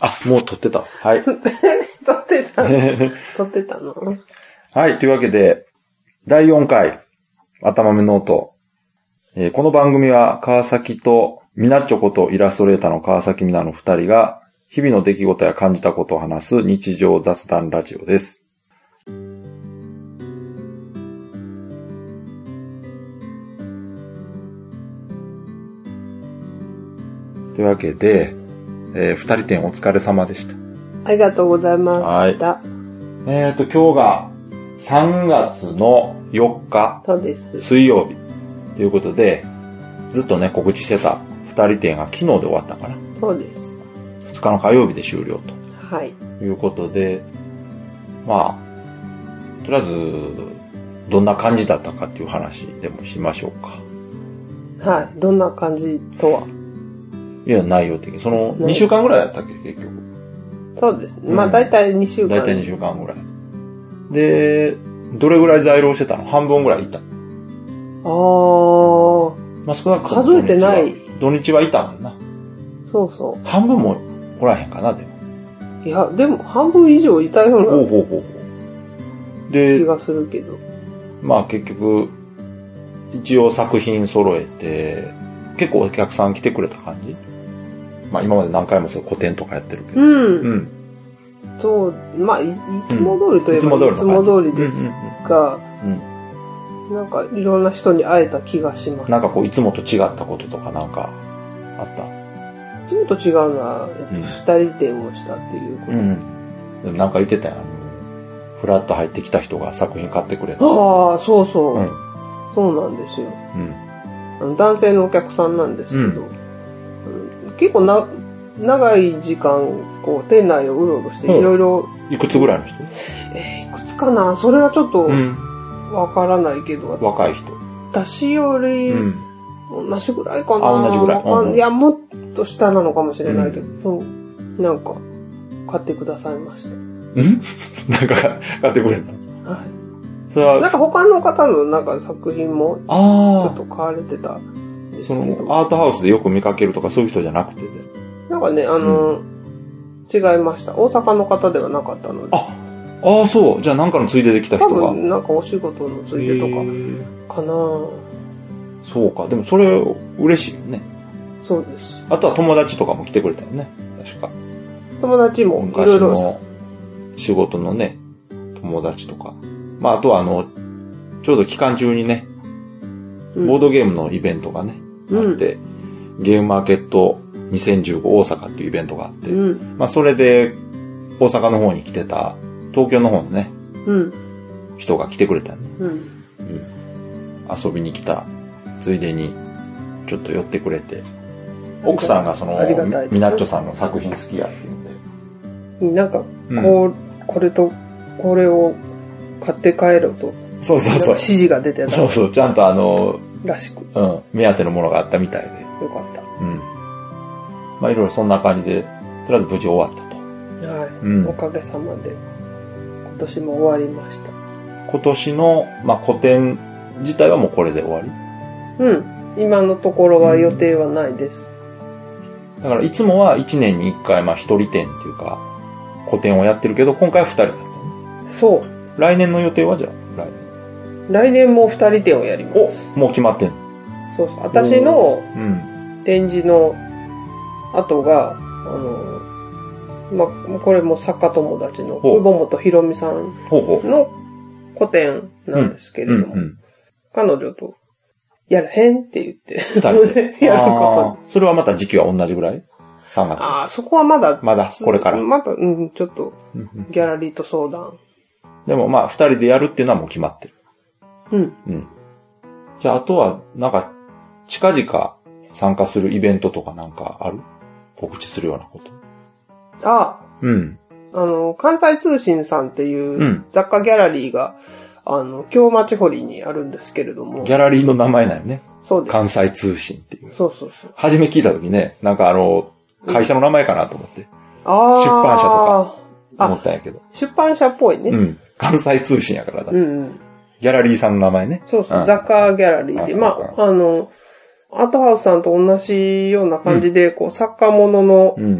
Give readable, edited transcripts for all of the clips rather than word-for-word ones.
あ、もう撮ってた。はい。 撮ってたの。 はい。というわけで、第4回、頭目ノート。この番組は、川崎とみなっちょことイラストレーターの川崎みなの二人が、日々の出来事や感じたことを話す日常雑談ラジオです。というわけで、二人展お疲れ様でした。 ありがとうございました。 はい。今日が3月の4日。 そうです。 水曜日。ということで、ずっとね、告知してた二人展が昨日で終わったかな。 そうです。 2日の火曜日で終了と。 はい。 いうことで、まあ、とりあえず、どんな感じだったかっていう話でもしましょうか。 はい。どんな感じとは？ いや、内容的に。その、2週間ぐらいやったっけ、結局。 そうですね。まあ、だいたい2週間。 だいたい2週間ぐらい。で、どれぐらい在労してたの？半分ぐらいいた。まあ、少なくとも数えてない。 土日はいたもんな。 そうそう。 半分もおらへんかな、でも。 いや、でも半分以上いたようなで、 気がするけど。 まあ結局、一応作品揃えて、結構お客さん来てくれた感じ？まあ今まで何回もそう個展とかやってるけど。 うん。そう、まあいつも通りといえばいつも通りですが、なんかいろんな人に会えた気がします。 なんかこういつもと違ったこととかなんかあった？ いつもと違うのは、二人展をしたっていうこと。 なんか言ってたよ。フラッと入ってきた人が作品買ってくれた。 ああ、そうそう。そうなんですよ。男性のお客さんなんですけど、結構長い時間、こう、店内をうろうろして、いろいろ。 いくつぐらいの人？ いくつかな？それはちょっと、わからないけど。 若い人。 私より、同じぐらいかな。 同じぐらい。 いや、もっと下なのかもしれないけど、なんか、買ってくださいました。 なんか、買ってくれた。 はい。それはなんか他の方のなんか作品も、ちょっと買われてたんですけど。 そのアートハウスでよく見かけるとかそういう人じゃなくてなんかね、違いました。大阪の方ではなかったので。 ああ、そう。じゃあなんかのついでで来た人が。 多分なんかお仕事のついでとか、かな。 そうか。でもそれ嬉しいよね。 そうです。 あとは友達とかも来てくれたよね。確か。 友達もいろいろ。 昔の仕事のね、友達とか。まああとはちょうど期間中にね、ボードゲームのイベントがね、あって、ゲームマーケット2015大阪っていうイベントがあって、まあそれで大阪の方に来てた東京の方のね、人が来てくれたよね、遊びに来たついでにちょっと寄ってくれて、奥さんがそのみなっちょさんの作品好きやって言うんで、 なんかこれとこれを買って帰ろと、 そう指示が出てた。 そうちゃんとらしく、 目当てのものがあったみたいでよかった。 まあいろいろそんな感じでとりあえず無事終わったと。 はい、おかげさまで今年も終わりました。 今年のまあ個展自体はもうこれで終わり？ 今のところは予定はないです。 だからいつもは1年に1回まあ一人展っていうか個展をやってるけど、今回は2人だったね。 そう。 来年の予定はじゃあ来年も2人展をやります。 もう決まってんの？ そう。私の展示の後が、まあ、これも作家友達の久保本ひろみさんの個展なんですけれども、彼女とやらへんって言って 2人でやることに。 それはまた時期は同じぐらい？3月。 そこはまだこれから。 まだ、ちょっとギャラリーと相談。 でもまあ2人でやるっていうのはもう決まってる。じゃああとはなんか近々参加するイベントとかなんかある？告知するようなこと。 関西通信さんっていう雑貨ギャラリーが、京町堀にあるんですけれども。 ギャラリーの名前なんよね。 そうです。 関西通信っていう。 そう。 初め聞いた時ね、なんか会社の名前かなと思って。出版社とか思ったんやけど。 出版社っぽいね。 関西通信やからだ。ギャラリーさんの名前ね。 そう。雑貨ギャラリーで。まあ、アートハウスさんと同じような感じで、こう、作家ものの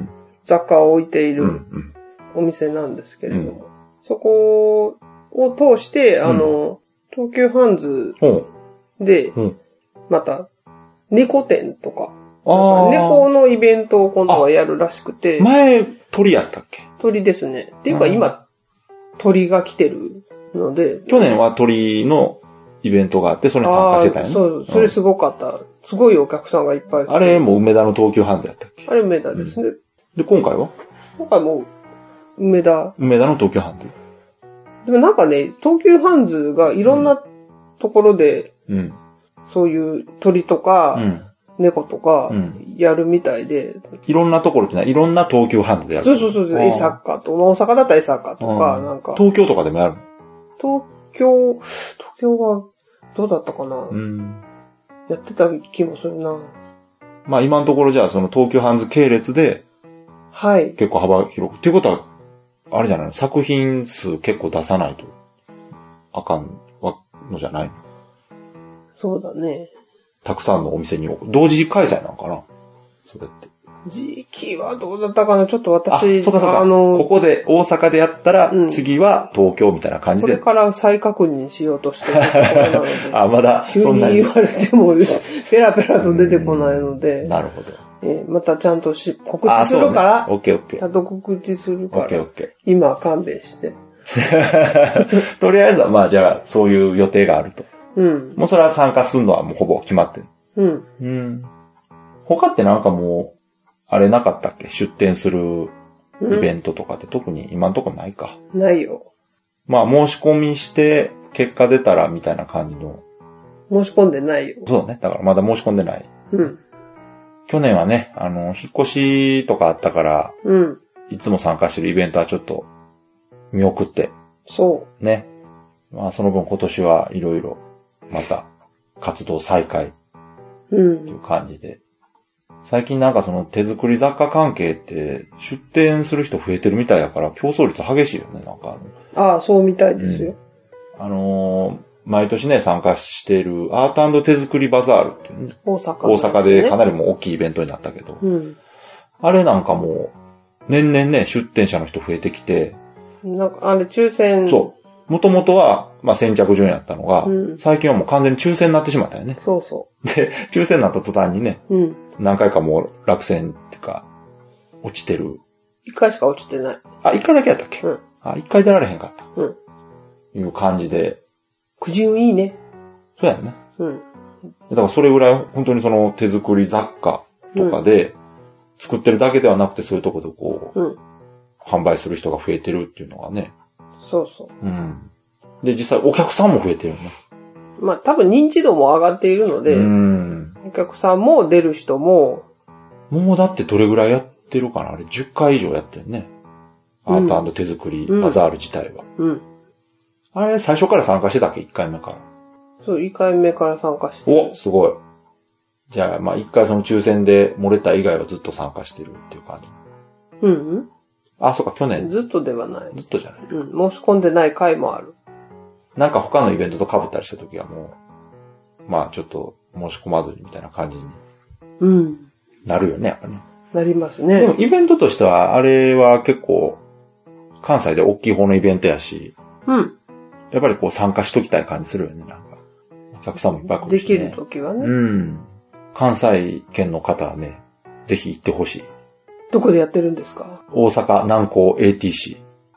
雑貨を置いているお店なんですけれども、そこを通して、東急ハンズで、また、猫店とか、猫のイベントを今度はやるらしくて。 前、鳥やったっけ？ 鳥ですね。っていうか今、鳥が来てるので。 去年は鳥のイベントがあって、それに参加してたよね。 そう、それすごかった。すごいお客さんがいっぱい来て。 あれも梅田の東急ハンズやったっけ？ あれ梅田ですね。 で、今回はも梅田の東急ハンズ。 でもなんかね、東急ハンズがいろんなところで、そういう鳥とか、猫とか、やるみたいで。 いろんなところっていろんな東急ハンズでやる。 そう。江坂と、大阪だったら江坂とか、なんか。 東京とかでもやる？ 東京はどうだったかな？やってた気もするな。 まあ今のところじゃあその東急ハンズ系列で、はい。結構幅広く。っていうことは、あれじゃないの？作品数結構出さないとあかんのじゃないの？ そうだね。 たくさんのお店に同時開催なのかな？それって。 時期はどうだったかな？ちょっと私、 そうか。ここで大阪でやったら、次は東京みたいな感じで。 これから再確認しようとしてるところなので。 まだそんなに言われても、ペラペラと出てこないので。 なるほど。 またちゃんと告知するから。 オッケー。 ちゃんと告知するから。 オッケー。 今は勘弁して。 とりあえずは、まあじゃあ、そういう予定があると。もうそれは参加するのはもうほぼ決まってる。他ってなんかもう、あれなかったっけ？出店するイベントとかって特に今んとこないか。 ないよ。 まあ申し込みして結果出たらみたいな感じの。 申し込んでないよ。 そうね。だからまだ申し込んでない。去年はね、引っ越しとかあったから、いつも参加してるイベントはちょっと見送って。 そう。 ね。まあその分今年はいろいろまた活動再開っていう感じで。最近なんかその手作り雑貨関係って出店する人増えてるみたいだから競争率激しいよね、なんかそうみたいですよ。 毎年ね、参加しているアート&手作りバザールっていう、ね、 大阪でかなりもう大きいイベントになったけど、あれなんかもう年々ね、出店者の人増えてきて、 なんか抽選。 そう。もともとは、まあ、先着順やったのが、最近はもう完全に抽選になってしまったよね。 そう。 で、抽選になった途端にね、何回かもう落選っていうか、落ちてる。 一回しか落ちてない。 一回だけやったっけ？一回出られへんかった。いう感じで。 苦渋いいね。 そうやね。だからそれぐらい本当にその手作り雑貨とかで、作ってるだけではなくてそういうところでこう、販売する人が増えてるっていうのがね。 そう。 で、実際お客さんも増えてるよね。 まあ多分認知度も上がっているので、お客さんも出る人も。 もうだってどれぐらいやってるかな？あれ10回以上やってるね。アート&手作りバザール自体は。あれ最初から参加してたっけ？ 1 回目から。 そう、1回目から参加してる。お、すごい。じゃあ、まあ1回その抽選で漏れた以外はずっと参加してるっていう感じ。そうか、去年。 ずっとではない。 ずっとじゃない。 申し込んでない回もある。 なんか他のイベントと被ったりした時はもう、まあちょっと申し込まずにみたいな感じに。なるよね、やっぱね。 なりますね。 でもイベントとしては、あれは結構、関西で大きい方のイベントやし、やっぱりこう参加しときたい感じするよね、なんか。お客さんもいっぱい来るし、ね。 できる時はね。 関西圏の方はね、ぜひ行ってほしい。 どこでやってるんですか？ 大阪南港 ATC。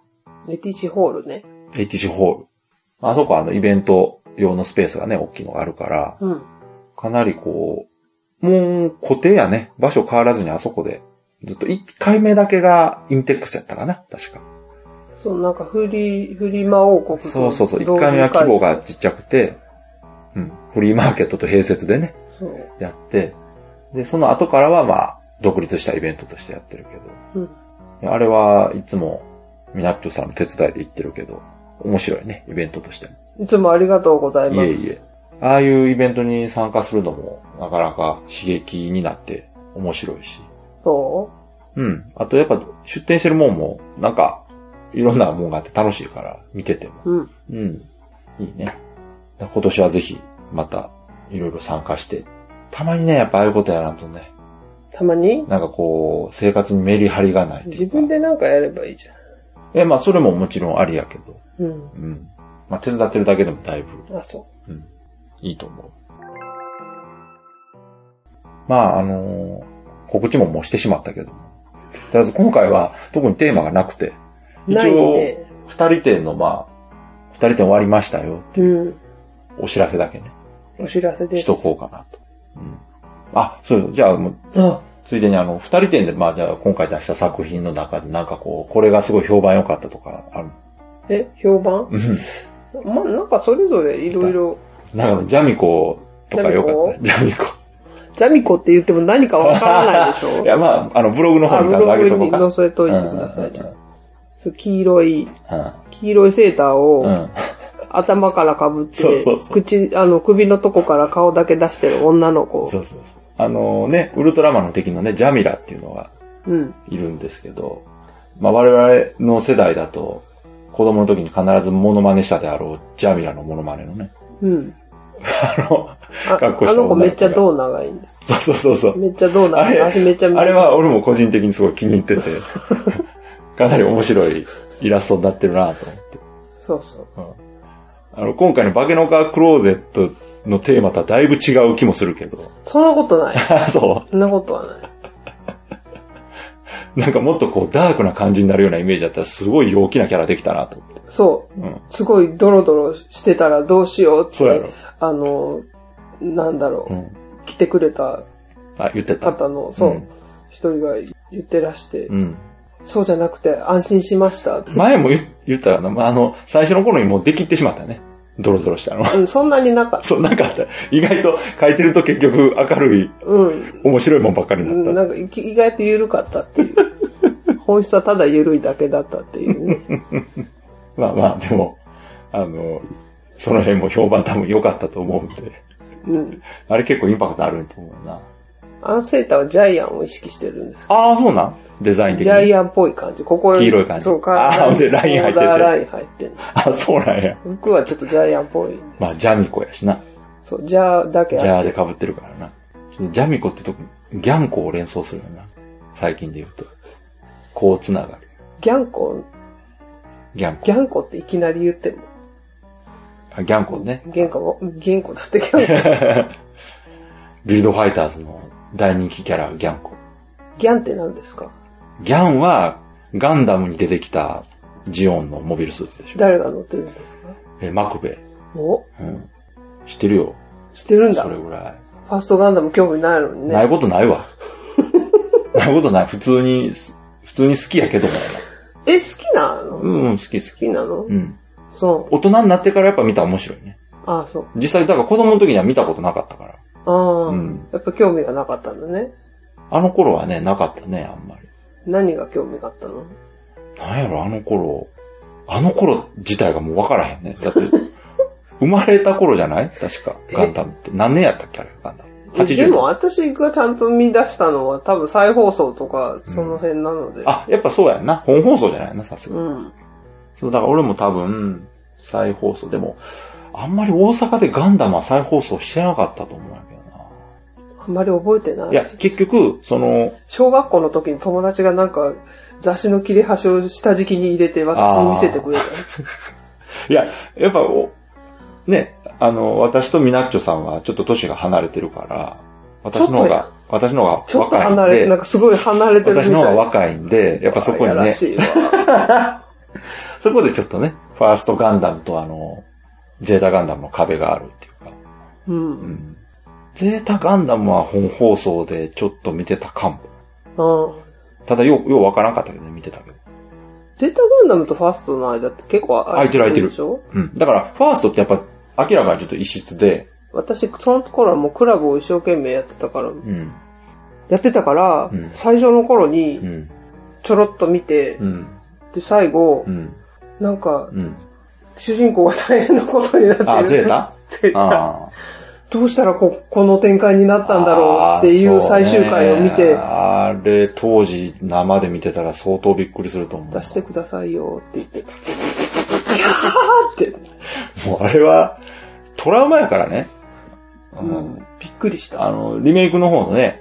ATC ホールね。 ATC ホール。あそこはイベント用のスペースがね、大きいのがあるから、かなりこう、もう固定やね。場所変わらずにあそこで、ずっと1回目だけがインテックスやったかな、確か。 そう、なんかフリマ王国と。 そう。1回目は規模がちっちゃくて、フリーマーケットと併設でね、やって、で、その後からはまあ、独立したイベントとしてやってるけど、あれはいつもミナッチョさんの手伝いで行ってるけど、面白いね、イベントとしても。 いつもありがとうございます。 いえ。ああいうイベントに参加するのもなかなか刺激になって面白いし。 そう？ あとやっぱ出店してるもんもなんかいろんなもんがあって楽しいから見てても。いいね。今年はぜひまたいろいろ参加して。たまにね、やっぱああいうことやらんとね。 たまになんかこう、生活にメリハリがないっていうか。 自分でなんかやればいいじゃん。 まあそれももちろんありやけど。 うん。 うん。まあ手伝ってるだけでもだいぶ。 あ、そう。 うん。いいと思う。まあ告知ももうしてしまったけど。とりあえず今回は特にテーマがなくて。一応、二人展の二人展終わりましたよっていう、お知らせだけね。 お知らせです。 しとこうかなと。うん。あ、そうよ。じゃあもう、ついでに二人展で、じゃあ今回出した作品の中でなんかこう、これがすごい評判良かったとかある？ 評判？うん。なんかそれぞれいろいろ。 なんかジャミコとか良かった。ジャミコ。 ジャミコって言っても何かわからないでしょ？ いや、ブログの方に上げとこうか。 ブログに載せといてください。そう、黄色いセーターを、頭から被って、首のとこから顔だけ出してる女の子。 そうそうそう。ウルトラマンの敵のね、ジャミラっていうのがいるんですけど、我々の世代だと、子供の時に必ずモノマネしたであろう、ジャミラのモノマネのね。 うん。 格好したあの子めっちゃ胴長いんです。 そう。 めっちゃ胴長い。足めっちゃあれは俺も個人的にすごい気に入ってて、かなり面白いイラストになってるなと思って。 そうそう。 今回の化けの皮クローゼットのテーマとはだいぶ違う気もするけど。 そんなことない。 そう。 そんなことはない。 なんかもっとこうダークな感じになるようなイメージだったらすごい陽気なキャラできたなと思って。 そう。うん、すごいドロドロしてたらどうしようって。 そうやろ。 なんだろう。来てくれた言ってた方の、そう、一人が言ってらして。そうじゃなくて安心しましたって。 前も言ったかな。最初の頃にもうできてしまったね。ドロドロしたの。 そんなになかった。 そう、なかった。意外と書いてると結局明るい、面白いもんばっかりになった。 なんか意外と緩かったっていう。本質はただ緩いだけだったっていうね。 でも、その辺も評判多分良かったと思うんで。あれ結構インパクトあると思うな。 あのセーターはジャイアンを意識してるんです。 ああ、そうなんデザイン的に。 ジャイアンっぽい感じ。ここ黄色い感じ。 そうか。 で、ライン入ってて。 ライン入ってんの。 あ、そうなんや。 服はちょっとジャイアンっぽい。 ジャミコやしな。 そう、ジャーだけあって。 ジャーで被ってるからな。ジャミコってとこ、ギャンコを連想するよな。最近で言うと。こうつながる。 ギャンコっていきなり言っても。 ギャンコね。 ギャンコだってギャンコ。 ビルドファイターズの大人気キャラ、ギャンコ。 ギャンって何ですか？ ギャンは、ガンダムに出てきたジオンのモビルスーツでしょ。 誰が乗ってるんですか？ マクベ。 うん。 知ってるよ。 知ってるんだ。 それぐらい。 ファーストガンダム興味ないのにね。 ないことないわ。ないことない。普通に好きやけどもやな。 好きなの？ 好き。 好きなの？ そう。大人になってからやっぱ見たら面白いね。 ああ、そう。 実際、だから子供の時には見たことなかったから。 ああ、やっぱ興味がなかったんだね。 あの頃はね、なかったね、あんまり。 何が興味があったの？ なんやろ、あの頃自体がもう分からへんね。だって、生まれた頃じゃない？確か、ガンダムって。何年やったっけあれ、ガンダム。 でも私がちゃんと見出したのは多分再放送とかその辺なので。 やっぱそうやんな。本放送じゃないな、さすがに。そう、だから俺も多分、再放送。でも、あんまり大阪でガンダムは再放送してなかったと思うんやけどな。 あんまり覚えてない。 いや、結局、 小学校の時に友達がなんか雑誌の切れ端を下敷きに入れて私に見せてくれた。 いや、やっぱ、ね、私とミナッチョさんはちょっと年が離れてるから、私の方が若いんで。 ちょっと離れて、なんかすごい離れてるみたい。 私の方が若いんで、やっぱそこにね。 らしいわ。 そこでちょっとね、ファーストガンダムとゼータガンダムの壁があるっていうか。ゼータガンダムは本放送でちょっと見てたかも。ただようわからんかったけどね、見てたけど。 ゼータガンダムとファーストの間って結構空いてるでしょ？だから、ファーストってやっぱ、明らかにちょっと異質で。 私、その頃はもうクラブを一生懸命やってたから。最初の頃に、ちょろっと見て、で、最後、なんか、主人公が大変なことになってる。 ゼータ？ ゼータ。どうしたらこの展開になったんだろうっていう最終回を見て。 あれ、当時生で見てたら相当びっくりすると思う。 出してくださいよって言ってた。キャーって。 もうあれは、トラウマやからね。 びっくりした。 リメイクの方のね、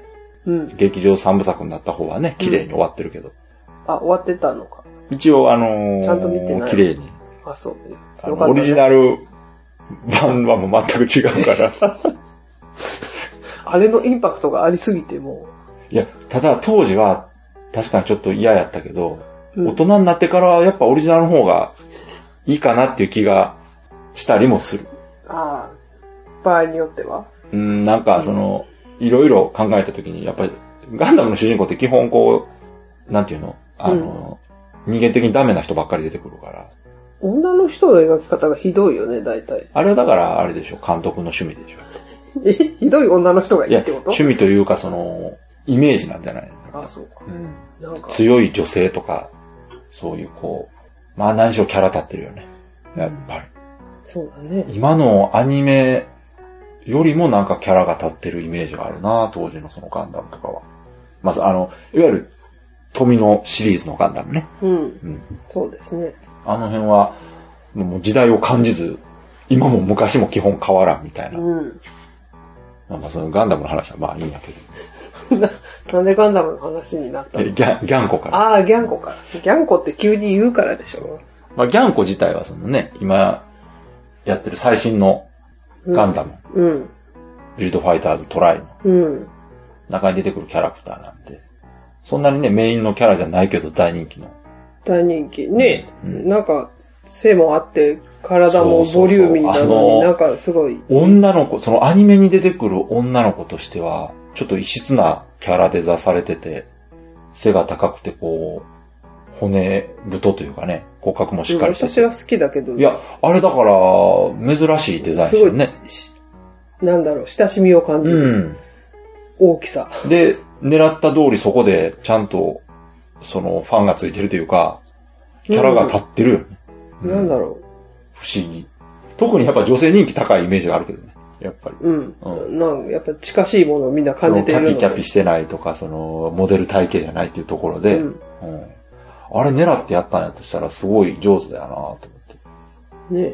劇場3部作になった方はね、綺麗に終わってるけど。 あ、終わってたのか。 一応ちゃんと見てない。 綺麗に。 あ、そう。 よかったね。オリジナル版はもう全く違うから。 あれのインパクトがありすぎてもいや、ただ当時は確かにちょっと嫌やったけど、大人になってからはやっぱオリジナルの方がいいかなっていう気がしたりもする。 ああ、場合によっては。 なんかいろいろ考えたときに、やっぱりガンダムの主人公って基本こう、なんていうの人間的にダメな人ばっかり出てくるから。 女の人の描き方がひどいよね、大体。 あれはだからあれでしょ、監督の趣味でしょ。 ひどい女の人がいいってこと？ 趣味というかイメージなんじゃないの？あ、そうか。 なんか強い女性とか、そういうこう、まあ何しろキャラ立ってるよね。やっぱり。 そうだね。 今のアニメよりもなんかキャラが立ってるイメージがあるな、当時のそのガンダムとかは。まずいわゆる富のシリーズのガンダムね。 そうですね。 あの辺は、もう時代を感じず、今も昔も基本変わらんみたいな。まあそのガンダムの話はまあいいんやけど。 なんでガンダムの話になったの？ ギャンコから。 ああ、ギャンコから。ギャンコって急に言うからでしょ。 まあギャンコ自体は今やってる最新のガンダム。ビルドファイターズトライの。中に出てくるキャラクターなんで。そんなにね、メインのキャラじゃないけど大人気の。 大人気。ね、なんか、背もあって、体もボリューミーなのに、なんかすごい。 女の子、そのアニメに出てくる女の子としては、ちょっと異質なキャラデザされてて、背が高くてこう、骨太というかね、骨格もしっかりしてて。 私は好きだけど。 いや、あれだから、珍しいデザインしてるね。 なんだろう、親しみを感じる。大きさ。 で、狙った通りそこでちゃんと、ファンがついてるというか、キャラが立ってるよね。 なんだろう。 不思議。特にやっぱ女性人気高いイメージがあるけどね。やっぱり。 やっぱ近しいものをみんな感じてるの。 キャピキャピしてないとか、モデル体型じゃないっていうところで、あれ狙ってやったんやとしたらすごい上手だよなと思って。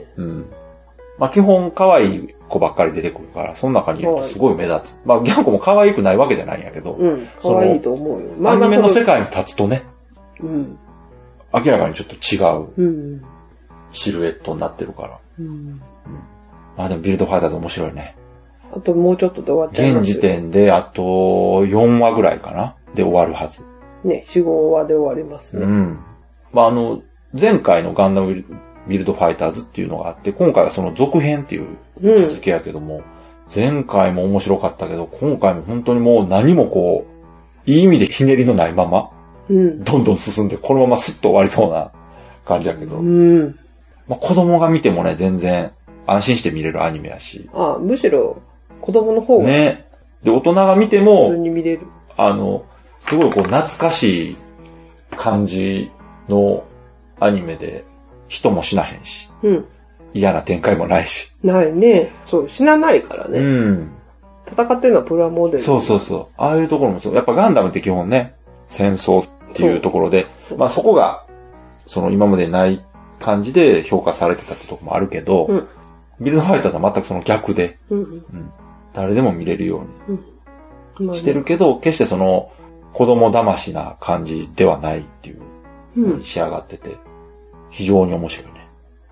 ねまあ基本可愛い子ばっかり出てくるから、その中にいるとすごい目立つ。まあギャンコも可愛くないわけじゃないんやけど。 可愛いと思うよ。 アニメの世界に立つとね、明らかにちょっと違うシルエットになってるから。まあでもビルドファイターズ面白いね。 あともうちょっとで終わっちゃいますよ。 現時点であと4話ぐらいかなで終わるはず。 ね、4、5話で終わりますね。 まあ前回のガンダムビルドファイターズっていうのがあって、今回はその続編っていう続けやけども、前回も面白かったけど、今回も本当にもう何もこう、いい意味でひねりのないまま、どんどん進んで、このままスッと終わりそうな感じやけど、まあ子供が見てもね、全然安心して見れるアニメやし。 むしろ子供の方が。 ね。で、大人が見ても、 普通に見れる。 すごいこう懐かしい感じのアニメで、人も死なへんし。嫌な展開もないし。 ないね。そう、死なないからね。戦ってるのはプラモデル。 そう。ああいうところもそう。やっぱガンダムって基本ね、戦争っていうところで、まあそこが、今までない感じで評価されてたってところもあるけど、ビルドファイターズは全くその逆で、誰でも見れるようにしてるけど、決して子供騙しな感じではないっていう風に仕上がってて、非常に面白いね。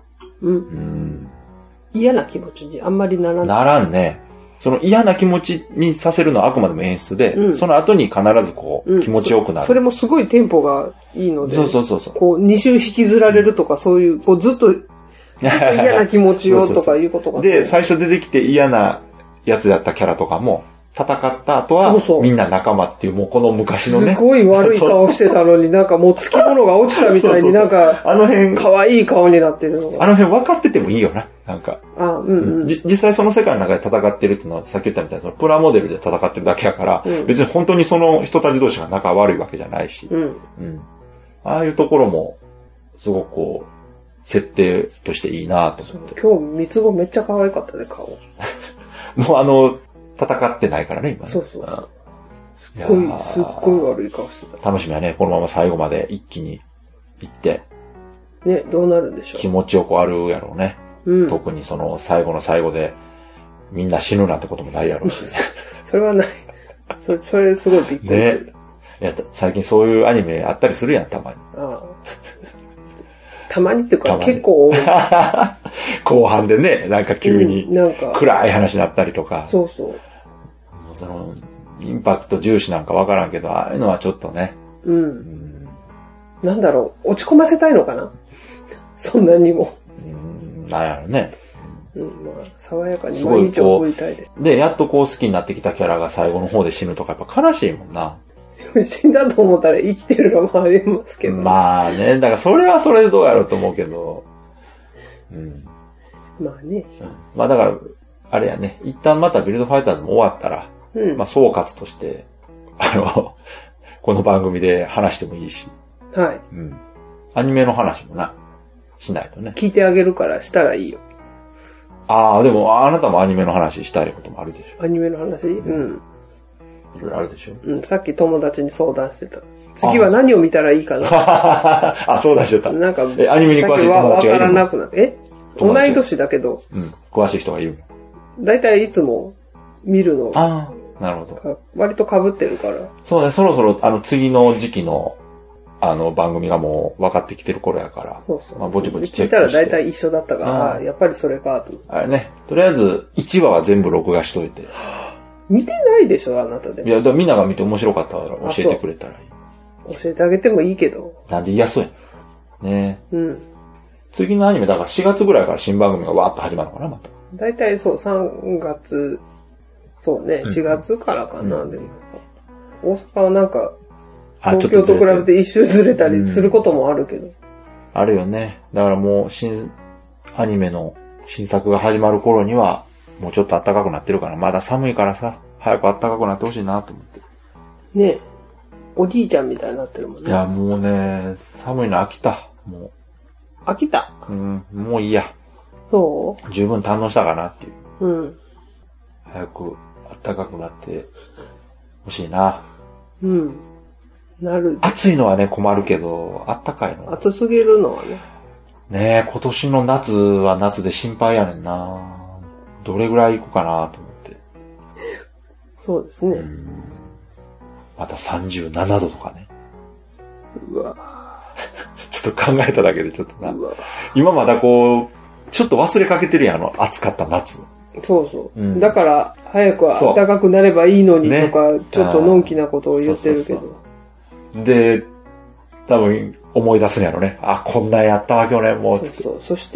嫌な気持ちにあんまりならない。 ならんね。その嫌な気持ちにさせるのはあくまでも演出で、その後に必ずこう、気持ちよくなる。 それもすごいテンポがいいので、 そう。 こう、2周引きずられるとか、そういう、こう、ずっと嫌な気持ちをとかいうことが。 で、最初出てきて嫌なやつやったキャラとかも、戦った後は、みんな仲間っていう、もうこの昔のね。 すごい悪い顔してたのに、なんかもう付き物が落ちたみたいになんか、 あの辺、 可愛い顔になってるのが。 あの辺分かっててもいいよな、なんか。実際その世界の中で戦ってるっていうのは、さっき言ったみたいに、プラモデルで戦ってるだけやから、別に本当にその人たち同士が仲悪いわけじゃないし。ああいうところも、すごくこう、設定としていいなと思って。 今日、三つ子めっちゃ可愛かったね、顔。 もう戦ってないからね、今ね。 そう。すっごい悪い顔してた。 楽しみはね、このまま最後まで一気に行って。 ね、どうなるんでしょう。 気持ちよくあるやろうね。特に最後の最後で、みんな死ぬなんてこともないやろうし。 それはない。 それすごいびっくりする。 ね。いや、最近そういうアニメあったりするやん、たまに。 ああ、たまにっていうか結構多い。 後半でね、なんか急になんか暗い話になったりとか。 そうそう。 その、インパクト重視なんかわからんけど、ああいうのはちょっとね。 なんだろう、落ち込ませたいのかなそんなにも。 なんやろね。 まあ、爽やかに毎日送りたいです。 で、やっとこう好きになってきたキャラが最後の方で死ぬとかやっぱ悲しいもんな。 死んだと思ったら生きてるのもありますけど、ね。 まあね、だからそれはそれでどうやろうと思うけど。 まあね。 まあだから、あれやね、一旦またビルドファイターズも終わったら、まあ総括として、この番組で話してもいいし。 はい。 アニメの話もな、しないとね。 聞いてあげるからしたらいいよ。 ああ、でもあなたもアニメの話したいこともあるでしょ。 アニメの話？ いろいろあるでしょ。 さっき友達に相談してた。次は何を見たらいいかな。 あ、相談してた。 なんか、 アニメに詳しい友達がいるの？わからなくなって。同い年だけど。 詳しい人がいるの。だいたいいつも見るの。 ああ、なるほど。 割と被ってるから。 そうね、そろそろ次の時期の番組がもう分かってきてる頃やから。 そうそう。 まあ、ぼちぼちチェックして。 聞いたら大体一緒だったから、やっぱりそれかと。 あれね、とりあえず1話は全部録画しといて。 見てないでしょ、あなたでも。 いや、みんなが見て面白かったら教えてくれたらいい。 教えてあげてもいいけど。 なんで嫌そうやん。ね次のアニメ、だから4月ぐらいから新番組がわーっと始まるのかな、また。 大体そう、3月、そうね、4月からかな、でも。大阪はなんか、東京と比べて一周ずれたりすることもあるけど。 あるよね。だからもうアニメの新作が始まる頃には、もうちょっと暖かくなってるから、まだ寒いからさ、早く暖かくなってほしいなと思って。 ねえ。おじいちゃんみたいになってるもんね。 いや、もうね、寒いの飽きた。もう。飽きた？ もういいや。 そう？ 十分堪能したかなっていう。早く暖かくなってほしいな。 なる。 暑いのはね、困るけど、暖かいの。 暑すぎるのはね。 ねえ、今年の夏は夏で心配やねんな。どれぐらい行くかなと思って。 そうですね。 また37度とかね。 うわちょっと考えただけでちょっとな。今まだこう、ちょっと忘れかけてるやん、暑かった夏。 そうそう。だから、早く暖かくなればいいのにとか、ちょっとのんきなことを言ってるけど。 で、多分思い出すんやろね。あ、こんなんやったわ、去年もう。 そう。そして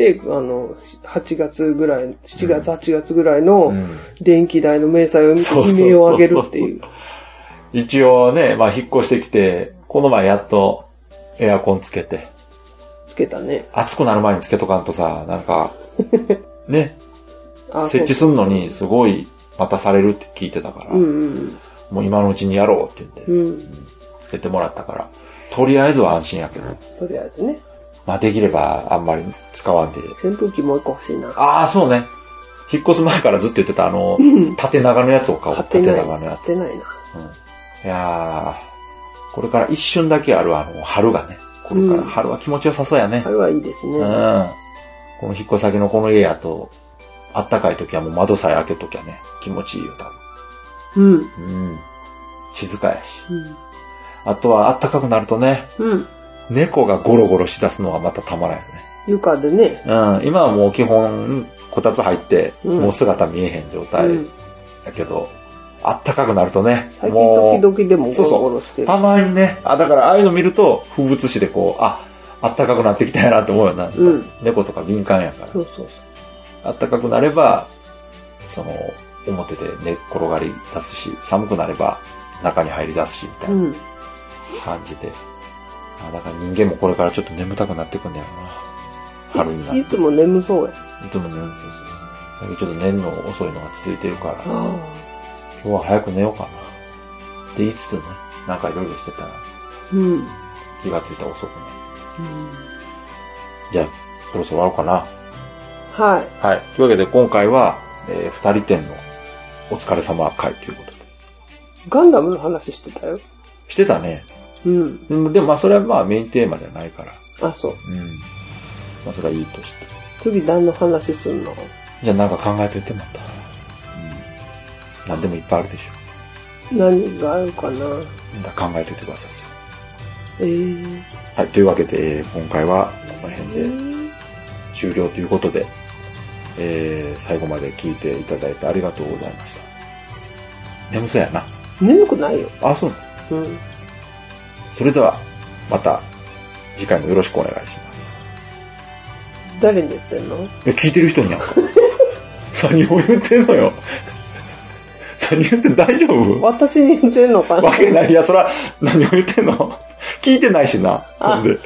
、8月ぐらい、7月、8月ぐらいの電気代の明細を見て悲鳴を上げるっていう。 一応ね、まあ引っ越してきて、この前やっとエアコンつけて。 つけたね。 暑くなる前につけとかんとさ、なんか、ね、設置すんのにすごい待たされるって聞いてたから、もう今のうちにやろうって言って、つけてもらったから、とりあえずは安心やけど。 とりあえずね。 まあできればあんまり使わんで。 扇風機もう一個欲しいな。 ああ、そうね。引っ越す前からずっと言ってた縦長のやつを買おう。縦長のやつ。 買ってないな。 いやー、これから一瞬だけある春がね。これから春は気持ちよさそうやね。 春はいいですね。 この引っ越し先のこの家やと、あったかい時はもう窓さえ開けときゃね、気持ちいいよ、多分。静かやし。あとはあったかくなるとね、猫がゴロゴロしだすのはまたたまらんよね。 床でね。 今はもう基本、こたつ入って、もう姿見えへん状態やけど、あったかくなるとね、 最近時々でもゴロゴロしてる。 たまにね、だからああいうの見ると、風物詩でこう、あったかくなってきたやなって思うよな。猫とか敏感やから。あったかくなれば、表で寝っ転がり出すし、寒くなれば中に入り出すし、みたいな感じで。だから人間もこれからちょっと眠たくなってくんだよな。春になって。 いつも眠そうや。 いつも眠そうです。ちょっと寝るの遅いのが続いてるから、今日は早く寝ようかな。って言いつつね、なんかいろいろしてたら、気がついたら遅くなって。じゃあ、そろそろ終わろうかな。 はい。 はい。というわけで今回は、二人展のお疲れ様会ということで。 ガンダムの話してたよ。 してたね。でもまあそれはまあメインテーマじゃないから。 あ、そう。 まあそれはいいとして。 次何の話すんの？ じゃあなんか考えといてまた。何でもいっぱいあるでしょ。 何があるかな。 考えててください。はい、というわけで、今回はこの辺で終了ということで、最後まで聞いていただいてありがとうございました。眠そうやな。 眠くないよ。 あ、そう。うん。それでは、また次回もよろしくお願いします。 誰に言ってんの？ 聞いてる人にやんか。何を言ってんのよ。何言ってんの？大丈夫？ 私に言ってんのかな？ わけない。いや、そら、何を言ってんの？聞いてないしな。なんで。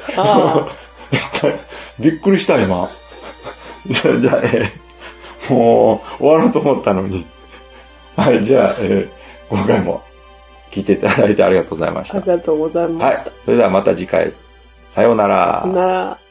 びっくりした、今。じゃあ、もう、終わろうと思ったのに。はい、じゃあ、今回も聞いていただいてありがとうございました。 ありがとうございました。はい。 それではまた次回。さようなら。 さようなら。